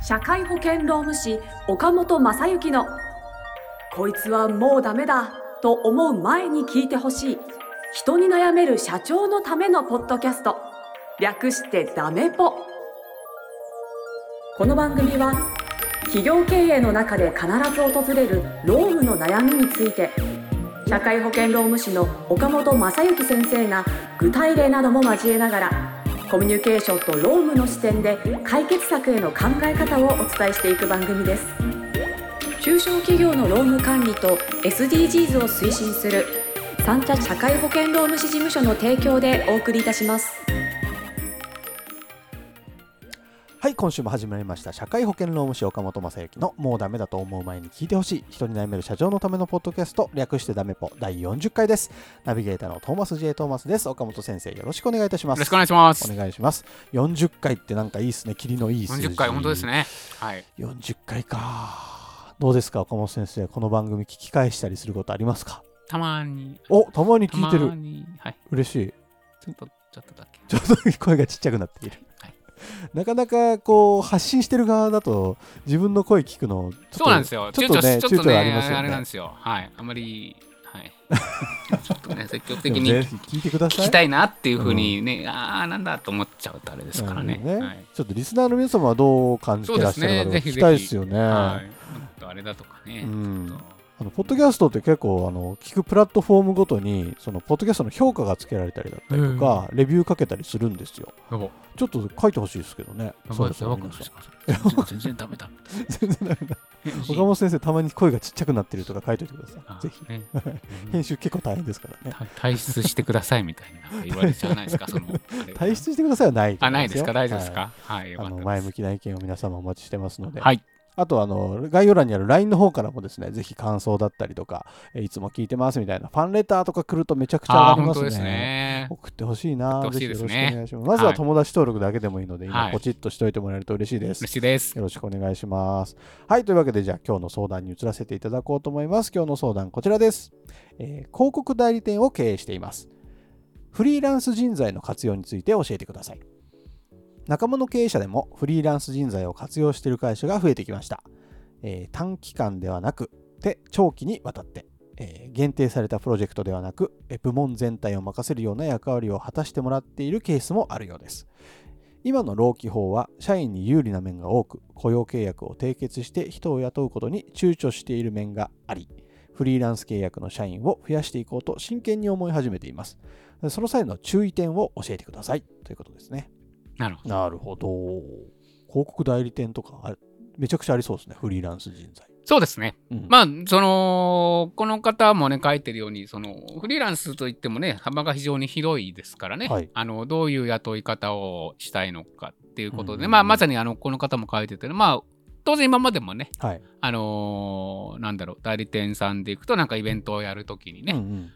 社会保険労務士岡本正幸のこいつはもうダメだと思う前に聞いてほしい人に悩める社長のためのポッドキャスト、略してダメポ。この番組は企業経営の中で必ず訪れる労務の悩みについて、社会保険労務士の岡本正幸先生が具体例なども交えながらコミュニケーションと労務の視点で解決策への考え方をお伝えしていく番組です。中小企業の労務管理と SDGs を推進する三茶社会保険労務士事務所の提供でお送りいたします。 はい、今週も始まりました社会保険労務士岡本正幸のもうダメだと思う前に聞いてほしい人に悩める社長のためのポッドキャスト、略してダメポ第40回です。ナビゲーターのトーマス J トーマスです。岡本先生、よろしくお願いいたします。 よろしくお願いします。 お願いします。40回ってなんかいいですね。キリのいい数字。 40回本当ですね。はい。 40回か。どうですか岡本先生、この番組聞き返したりすることありますか？ たまに。 たまに聞いてる。 はい。 嬉しい。 ちょっとだけ。 ちょっと声がちっちゃくなっている。なかなかこう発信してる側だと自分の声聞くのそうなんですよ。 ちょっとね躊躇ありますよね。 あれなんですよ。はい。あまりはいちょっとね積極的に聞いてください。 聞きたいなっていう風にね、なんだと思っちゃうとあれですからね。はい、 ちょっとリスナーの皆様はどう感じてらっしゃるか聞きたいですよね。 はい。ちょっとあれだとかね。 ポッドキャストって結構聞くプラットフォームごとにそのポッドキャストの評価がつけられたりだったりとか、レビューかけたりするんですよ。ちょっと書いてほしいですけどね。 そうですよ。全然ダメだ。 全然ダメだ。岡本先生、たまに声がちっちゃくなってるとか書いておいてください。ぜひ。編集結構大変ですからね。 退出してくださいみたいな言われちゃわないですか。 退出してくださいはない。 ないですか。大丈夫ですか。はい。 前向きな意見を皆様お待ちしてますので。 はい。 あと概要欄にある LINE の方からもですね、ぜひ感想だったりとか、いつも聞いてますみたいなファンレターとか来るとめちゃくちゃ上がりますね。 本当ですね。 送ってほしいな。 ぜひよろしくお願いします。 まずは友達登録だけでもいいので、今ポチッとしておいてもらえると嬉しいです。 嬉しいです。 よろしくお願いします。はい、というわけでじゃあ今日の相談に移らせていただこうと思います。今日の相談こちらです。広告代理店を経営しています。フリーランス人材の活用について教えてください。仲間の経営者でもフリーランス人材を活用している会社が増えてきました。短期間ではなくて長期にわたって、限定されたプロジェクトではなく部門全体を任せるような役割を果たしてもらっているケースもあるようです。今の労基法は社員に有利な面が多く、雇用契約を締結して人を雇うことに躊躇している面があり、フリーランス契約の社員を増やしていこうと真剣に思い始めています。その際の注意点を教えてくださいということですね。 なるほど。 広告代理店とかめちゃくちゃありそうですね、フリーランス人材。 そうですね。この方もね書いてるように、フリーランスといってもね幅が非常に広いですからね、はい、どういう雇い方をしたいのかっていうことで、まさにこの方も書いてて、当然今までもね、はい、代理店さんで行くとなんかイベントをやるときにね、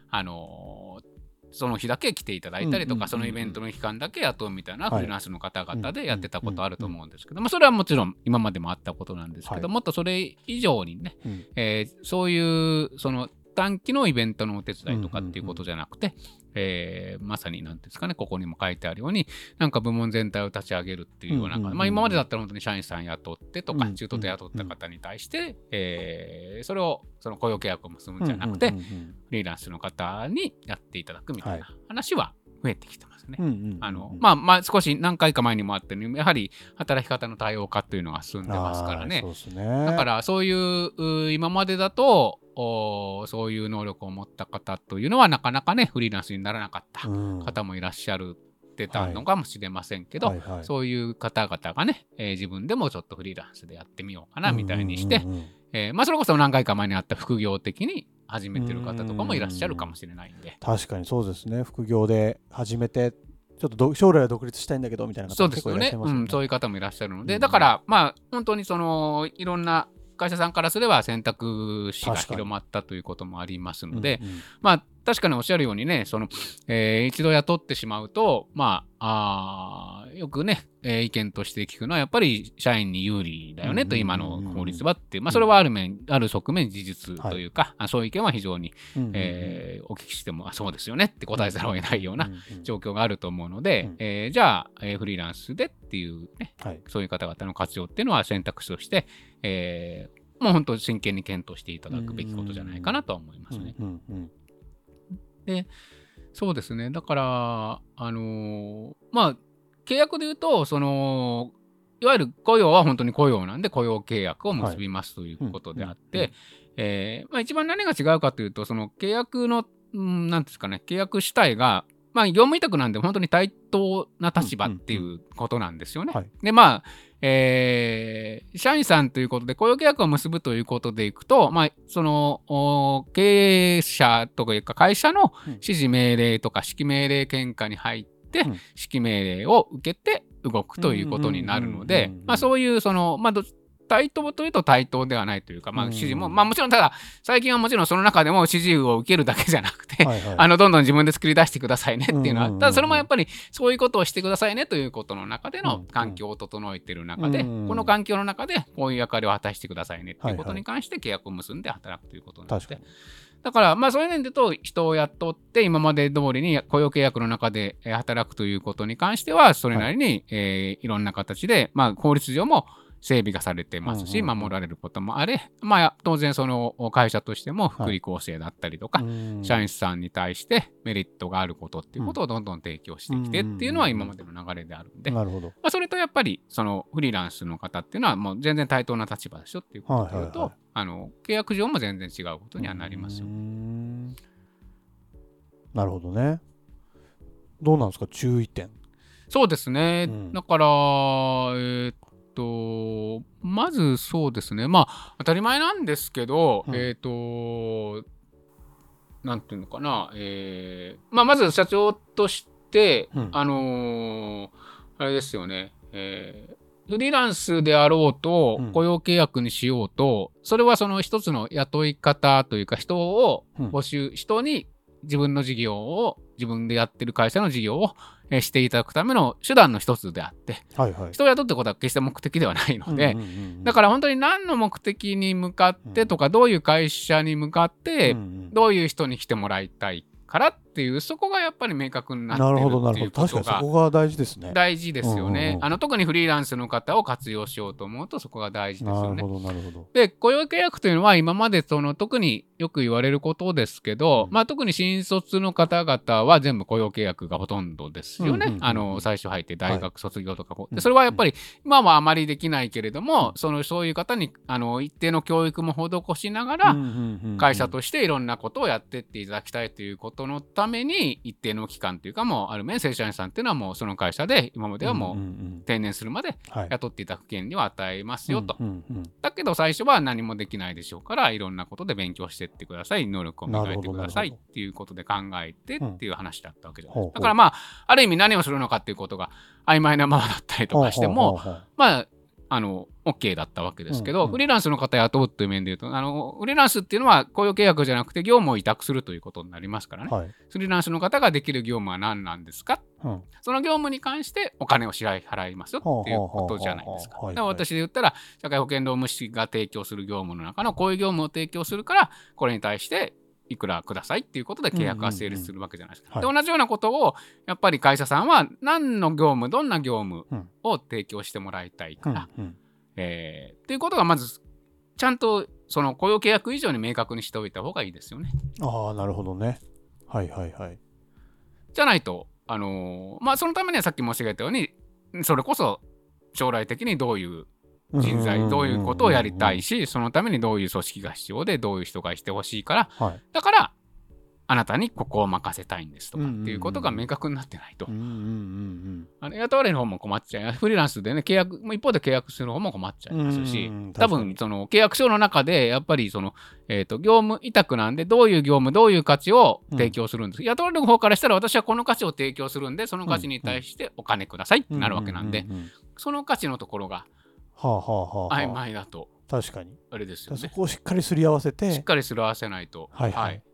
その日だけ来ていただいたりとか、そのイベントの期間だけ雇うみたいなフリーランスの方々でやってたことあると思うんですけども、それはもちろん今までもあったことなんですけど、もっとそれ以上にね、そういうその短期のイベントのお手伝いとかっていうことじゃなくて、まさに何ですかね、ここにも書いてあるようになんか部門全体を立ち上げるっていうような、今までだったら本当に社員さん雇ってとか中途で雇った方に対して、それをその雇用契約を結ぶんじゃなくて、フリーランスの方にやっていただくみたいな話は増えてきてますね。少し何回か前にもあったように、やはり働き方の多様化というのが進んでますからね。だからそういう今までだとそういう能力を持った方というのはなかなかねフリーランスにならなかった方もいらっしゃるってたのかもしれませんけど、そういう方々がね、自分でもちょっとフリーランスでやってみようかなみたいにして、それこそ何回か前にあった副業的に始めてる方とかもいらっしゃるかもしれないんで。 確かにそうですね。副業で始めてちょっと将来は独立したいんだけどみたいな方も結構いらっしゃいますよね。 そういう方もいらっしゃるので、だから本当にいろんな会社さんからすれば選択肢が広まったということもありますので、 確かにおっしゃるようにね、一度雇ってしまうと、よくね、意見として聞くのはやっぱり社員に有利だよねと、今の法律はって、それはある側面事実というか、そういう意見は非常に、お聞きしてもそうですよねって答えざるを得ないような状況があると思うので、じゃあ、フリーランスでっていうね、そういう方々の活用っていうのは選択肢として、もう本当真剣に検討していただくべきことじゃないかなとは思いますね。で、そうですね。だから、契約で言うと、いわゆる雇用は本当に雇用なんで、雇用契約を結びますということであって、一番何が違うかというと、その契約の、なんですかね、契約主体が、業務委託なんで本当に対等な立場っていうことなんですよね。で、社員さんということで雇用契約を結ぶということでいくと、経営者というか会社の指示命令とか指揮命令権下に入って、指揮命令を受けて動くということになるので、そういう対等というと対等ではないというか、指示も、もちろんただ最近はもちろんその中でも指示を受けるだけじゃなくて、どんどん自分で作り出してくださいねっていうのは、ただそれもやっぱりそういうことをしてくださいねということの中での環境を整えている中で、この環境の中でこういう役割を果たしてくださいねっていうことに関して契約を結んで働くということなので、だからそういう面で言うと、人を雇って今まで通りに雇用契約の中で働くということに関してはそれなりにいろんな形で法律上も整備がされてますし、守られることもあれ、当然その会社としても福利厚生だったりとか、社員さんに対してメリットがあることっていうことをどんどん提供してきてっていうのは今までの流れであるんで、それとやっぱりそのフリーランスの方っていうのはもう全然対等な立場でしょっていうことでいうと、契約上も全然違うことにはなりますよ。 なるほどね。どうなんですか、注意点。 そうですね、だからまずそうですね、当たり前なんですけど、なんていうのかな、まず社長として、あれですよね、フリーランスであろうと雇用契約にしようと、それはその一つの雇い方というか、人を募集、人に自分の事業を、自分でやってる会社の事業をしていただくための手段の一つであって、人を雇うってことは決して目的ではないので、だから本当に何の目的に向かってとか、どういう会社に向かってどういう人に来てもらいたいからっていう、そこがやっぱり明確になっているっていうことが、 確かにそこが大事ですね。 大事ですよね。特にフリーランスの方を活用しようと思うとそこが大事ですよね。で、雇用契約というのは今まで特によく言われることですけど、特に新卒の方々は全部雇用契約がほとんどですよね。最初入って大学卒業とか、でそれはやっぱり今はあまりできないけれども、そういう方に一定の教育も施しながら会社としていろんなことをやっていっていただきたいということのために、一定の期間というか、もうある面正社員さんっていうのはもうその会社で今まではもう定年するまで雇っていただく権利を与えますよと。だけど最初は何もできないでしょうから、いろんなことで勉強していってください、能力を磨いてくださいっていうことで考えてっていう話だったわけじゃないですか。だからある意味何をするのかっていうことが曖昧なままだったりとかしても、OK だったわけですけど、フリーランスの方雇うという面で言うと、フリーランスっていうのは雇用契約じゃなくて業務を委託するということになりますからね。フリーランスの方ができる業務は何なんですか、その業務に関してお金を支払いますよっていうことじゃないですか。だから私で言ったら、社会保険労務士が提供する業務の中のこういう業務を提供するから、これに対していくらくださいっていうことで契約が成立するわけじゃないですか。で、同じようなことをやっぱり会社さんは何の業務、どんな業務を提供してもらいたいから、っていうことがまずちゃんとその雇用契約以上に明確にしておいた方がいいですよね。 なるほどね。 じゃないとそのためにはさっき申し上げたように、それこそ将来的にどういう人材、どういうことをやりたいし、そのためにどういう組織が必要で、どういう人がしてほしいから、だからあなたにここを任せたいんですとかっていうことが明確になってないと、雇われる方も困っちゃう。フリーランスでね、契約、一方で契約する方も困っちゃいますし、多分その契約書の中でやっぱりその、業務委託なんで、どういう業務、どういう価値を提供するんです。雇われる方からしたら、私はこの価値を提供するんで、その価値に対してお金くださいってなるわけなんで、その価値のところが曖昧だと、 確かにあれですよね。 そこをしっかりすり合わせて、 しっかりすり合わせないと、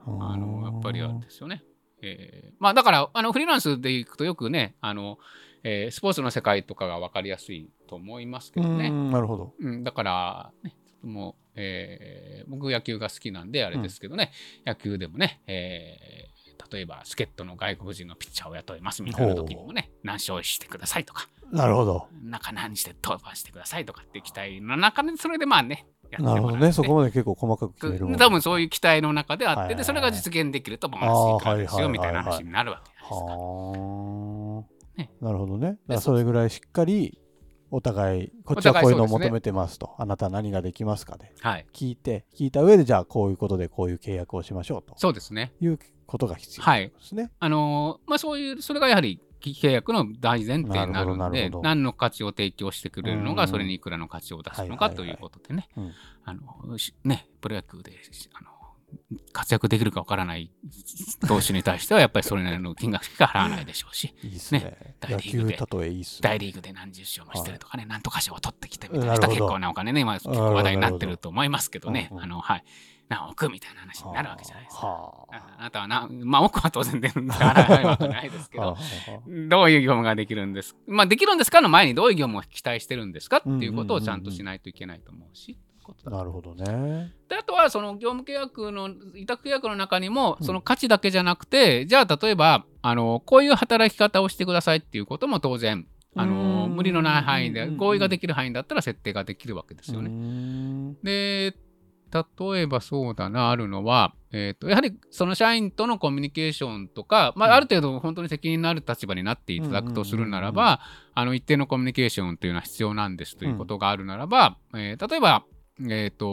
やっぱりあるんですよね。だからフリーランスでいくとよくねスポーツの世界とかが分かりやすいと思いますけどね。 なるほど。 だから、ね、もう僕野球が好きなんであれですけどね、野球でもね、例えば助っ人の外国人のピッチャーを雇いますみたいな時にもね、何勝してくださいとか、 なるほど、 何して登板してくださいとかっていう期待の中でそれでまあねやってもらって、 なるほどね、そこまで結構細かく決めるもの、 多分そういう期待の中であって、でそれが実現できるとボーナスいくらですよみたいな話になるわけじゃないですか。 ね、なるほどね。だからそれぐらいしっかりお互いこっちはこういうのを求めてますと、あなたは何ができますかで、聞いた上でじゃあこういうことでこういう契約をしましょうと、 そうですね、 いうことが必要ですね。 そういうそれがやはり契約の大前提になるので、何の価値を提供してくれるのがそれにいくらの価値を出すのかということでね、プロ野球で活躍できるかわからない投手に対してはやっぱりそれなりの金額しか払わないでしょうし、 いいですね。野球例えいいっすね。 大リーグで何十勝もしてるとかね、なんとか賞を取ってきてみたいな人は結構なお金ね、今結構話題になってると思いますけどね、何億みたいな話になるわけじゃないですか。あなたは億は当然出るんで払わないわけないですけど、どういう業務ができるんです、できるんですかの前にどういう業務を期待してるんですかっていうことをちゃんとしないといけないと思うし。 なるほどね。 であとはその業務契約の委託契約の中にもその価値だけじゃなくて、じゃあ例えばこういう働き方をしてくださいっていうことも当然無理のない範囲で合意ができる範囲だったら設定ができるわけですよね。で例えばそうだな、あるのは、やはりその社員とのコミュニケーションとか、ある程度本当に責任のある立場になっていただくとするならば、一定のコミュニケーションというのは必要なんですということがあるならば、例えばフ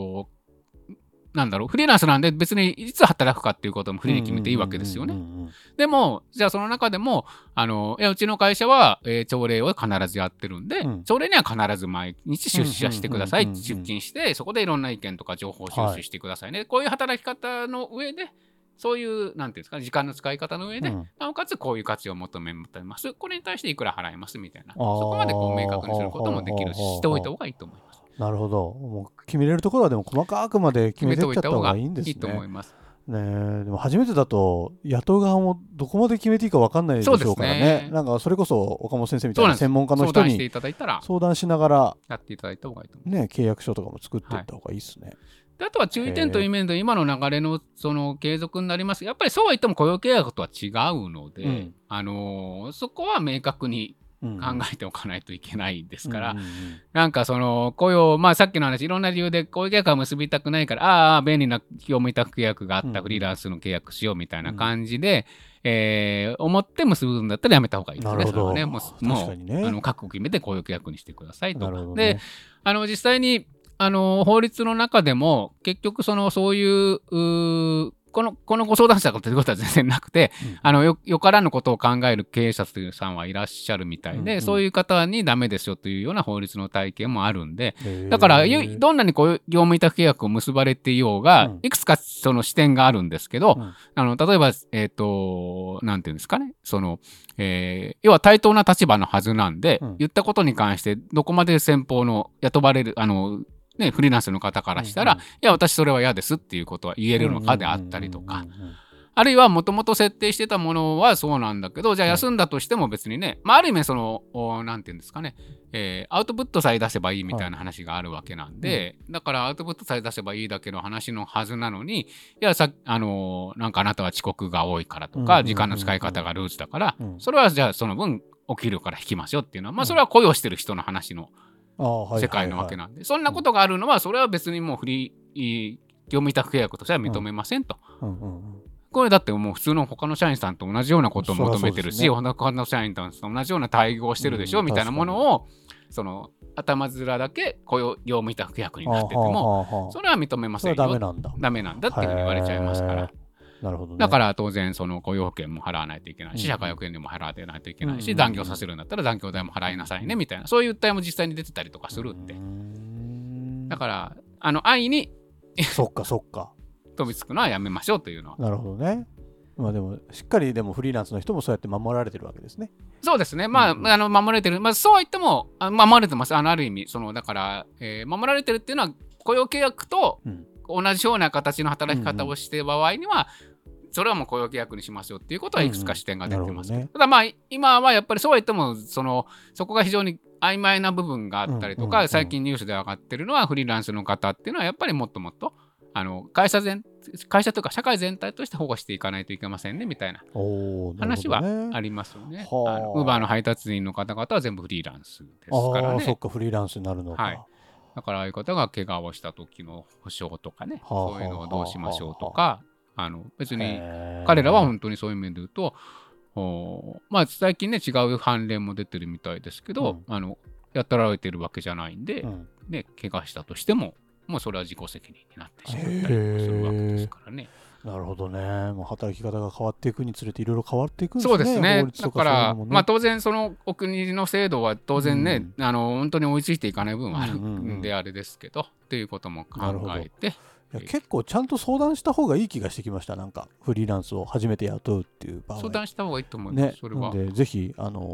リーランスなんで別にいつ働くかっていうこともフリーに決めていいわけですよね。でもじゃあその中でもうちの会社は、朝礼を必ずやってるんで、朝礼には必ず毎日出社してください、出勤してそこでいろんな意見とか情報を収集してくださいね、こういう働き方の上でそういうなんていうんですか、時間の使い方の上で、なおかつこういう価値を求めます、これに対していくら払いますみたいな、そこまでこう明確にすることもできるし、しておいた方がいいと思います。 なるほど。もう決めれるところはでも細かくまで決めていっちゃった方がいいんですね。 いいと思います。 でも初めてだと雇う側もどこまで決めていいか分かんないでしょうからね。なんかそれこそ岡本先生みたいな専門家の人に相談しながらやっていただいた方がいいと思います。 ね、契約書とかも作っていった方がいいですね。 であとは注意点という面で今の流れのその継続になります。やっぱりそうは言っても雇用契約とは違うので、そこは明確に考えておかないといけないですから、なんかその雇用、さっきの話いろんな理由で雇用契約は結びたくないから便利な業務委託契約があったフリーランスの契約しようみたいな感じで、思って結ぶんだったらやめた方がいいですね。それはね、もう覚悟決めて雇用契約にしてくださいとか、で実際に法律の中でも結局そういうこのご相談者ということは全然なくて、よからぬことを考える経営者さんはいらっしゃるみたいで、そういう方にダメですよというような法律の体系もあるんで、だからどんなにこういう業務委託契約を結ばれていようが、いくつかその視点があるんですけど、例えばなんていうんですかね、要は対等な立場のはずなんで、言ったことに関してどこまで先方の雇われるフリーランスの方からしたら、いや私それは嫌ですっていうことは言えるのかであったりとか、あるいはもともと設定してたものはそうなんだけど、じゃあ休んだとしても別にね、ある意味なんていうんですかね、アウトプットさえ出せばいいみたいな話があるわけなんで、だからアウトプットさえ出せばいいだけの話のはずなのに、いやなんかあなたは遅刻が多いからとか、時間の使い方がルーズだから、それはじゃあその分お給料から引きますよっていうのは、それは雇用してる人の話の世界のわけなんで、そんなことがあるのはそれは別にもう業務委託契約としては認めませんと。これだってもう普通の他の社員さんと同じようなことを求めてるし、他の社員と同じような待遇をしてるでしょみたいなものを頭面だけ業務委託契約になってても、それは認めませんよ、ダメなんだっていうふうに言われちゃいますから。 なるほどね、 だから当然雇用保険も払わないといけないし、社会保険料も払わないといけないし、残業させるんだったら残業代も払いなさいねみたいな、そういう訴えも実際に出てたりとかするんで、だから安易にそっか飛びつくのはやめましょうというのは。 なるほどね。でもしっかりでもフリーランスの人もそうやって守られてるわけですね。 そうですね。守られてる。そうは言っても守られてます。ある意味だから、守られてるっていうのは雇用契約と同じような形の働き方をしている場合には、 それはもう雇用契約にしますよっていうことはいくつか視点が出てます、 ね、 ただまあ今はやっぱりそうは言ってもそこが非常に曖昧な部分があったりとか、最近ニュースで上がってるのはフリーランスの方っていうのはやっぱりもっともっと会社というか社会全体として保護していかないといけませんねみたいな話はありますよね。ウーバーの配達員の方々は全部フリーランスですからね。 そっか、フリーランスになるのか。 はい、だからああいう方が怪我をした時の保証とかね、そういうのをどうしましょうとか、別に彼らは本当にそういう面で言うと、まあ最近ね違う判例も出てるみたいですけど、やったられてるわけじゃないんで、ね、怪我したとしてももうそれは自己責任になってしまったりもするわけですからね。 なるほどね。もう働き方が変わっていくにつれていろいろ変わっていくんですね。 そうですね。だから、まあ、当然そのお国の制度は当然ね、本当に追いついていかない部分はあるんであれですけど、っていうことも考えて。 いや結構ちゃんと相談した方がいい気がしてきました。なんかフリーランスを初めて雇うっていう場合、 相談した方がいいと思います。それは。 でぜひ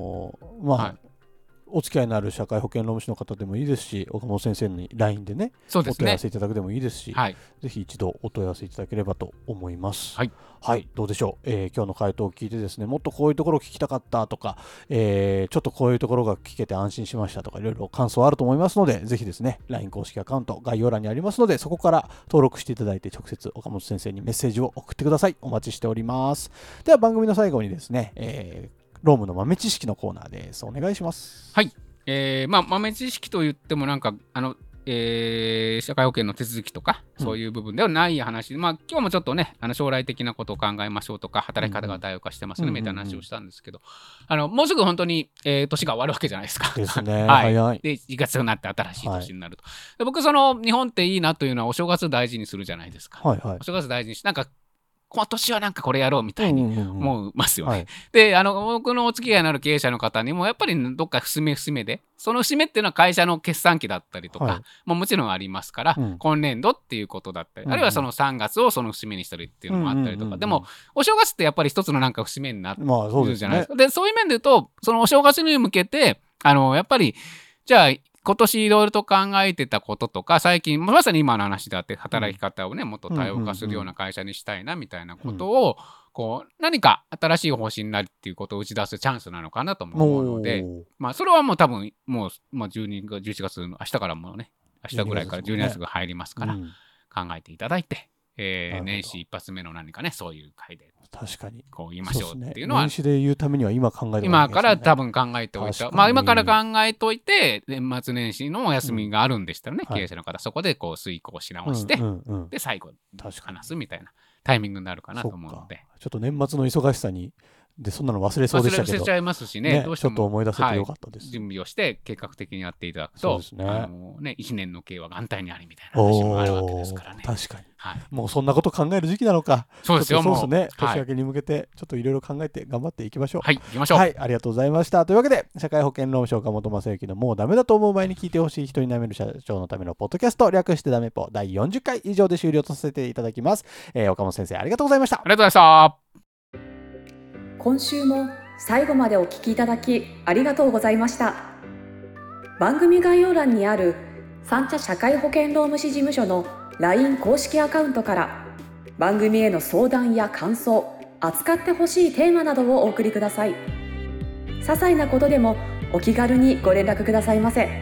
お付き合いのある社会保険労務士の方でもいいですし、岡本先生に LINE でね、お問い合わせいただくでもいいですし、ぜひ一度お問い合わせいただければと思います。はい、どうでしょう、今日の回答を聞いてですね、もっとこういうところ聞きたかったとか、ちょっとこういうところが聞けて安心しましたとか、いろいろ感想あると思いますので、ぜひですね、LINE 公式アカウント概要欄にありますので、そこから登録していただいて直接岡本先生にメッセージを送ってください。お待ちしております。では番組の最後にですね、労務の豆知識のコーナーです。お願いします。 はい。豆知識といってもなんか社会保険の手続きとかそういう部分ではない話、今日もちょっとね将来的なことを考えましょうとか働き方が多様化してますねみたいな話をしたんですけど、もうすぐ本当に、年が終わるわけじゃないですか。 ですね。 早い。で1月になって新しい年になると、で僕日本っていいなというのはお正月大事にするじゃないですか。お正月大事にしてなんか今年はなんかこれやろうみたいに思いますよね。で僕のお付き合いのある経営者の方にもやっぱりどっか節目でその節目っていうのは会社の決算期だったりとか、もちろんありますから、今年度っていうことだったり、あるいはその3月をその節目にしたりっていうのもあったりとか、でもお正月ってやっぱり一つのなんか節目になってるじゃないですか。でそういう面で言うとそのお正月に向けてやっぱりじゃあ今年いろいろと考えてたこととか、最近まさに今の話であって働き方をねもっと多様化するような会社にしたいなみたいなことをこう何か新しい方針になるっていうことを打ち出すチャンスなのかなと思うので、それはもう多分もう11月の明日からもね明日ぐらいから12月が入りますから考えていただいて、年始一発目の何かねそういう会で確かにこう言いましょうっていうのは、 年始で言うためには今考えて今から多分考えておいた、今から考えておいて年末年始のお休みがあるんでしたらね、経営者の方そこでこう遂行し直して、で最後話すみたいなタイミングになるかなと思うので、 ちょっと年末の忙しさにでそんなの忘れそうでしたけど、 忘れちゃいますしね、どうしてもちょっと思い出せてよかったです。 準備をして計画的にやっていただくと、1年の計は元旦にありみたいな話もあるわけですからね。 確かに、もうそんなこと考える時期なのか。 そうですよ。 そうですね。年明けに向けてちょっといろいろ考えて頑張っていきましょう。 はい、行きましょう。 はい、ありがとうございました。というわけで社会保険労務士岡本正幸のもうダメだと思う前に聞いてほしい人に悩める社長のためのポッドキャスト、略してダメポ第40回以上で終了とさせていただきます。岡本先生ありがとうございました。 ありがとうございました。今週も最後までお聞きいただきありがとうございました。番組概要欄にある三茶社会保険労務士事務所の LINE 公式アカウントから番組への相談や感想、扱ってほしいテーマなどをお送りください。些細なことでもお気軽にご連絡くださいませ。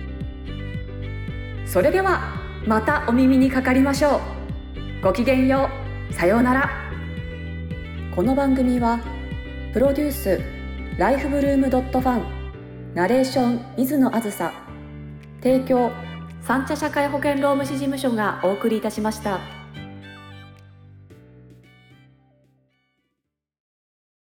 それではまたお耳にかかりましょう。ごきげんよう。さようなら。この番組はプロデュースライフブルームドットファン、ナレーション水野あずさ、提供三茶社会保険労務士事務所がお送りいたしました。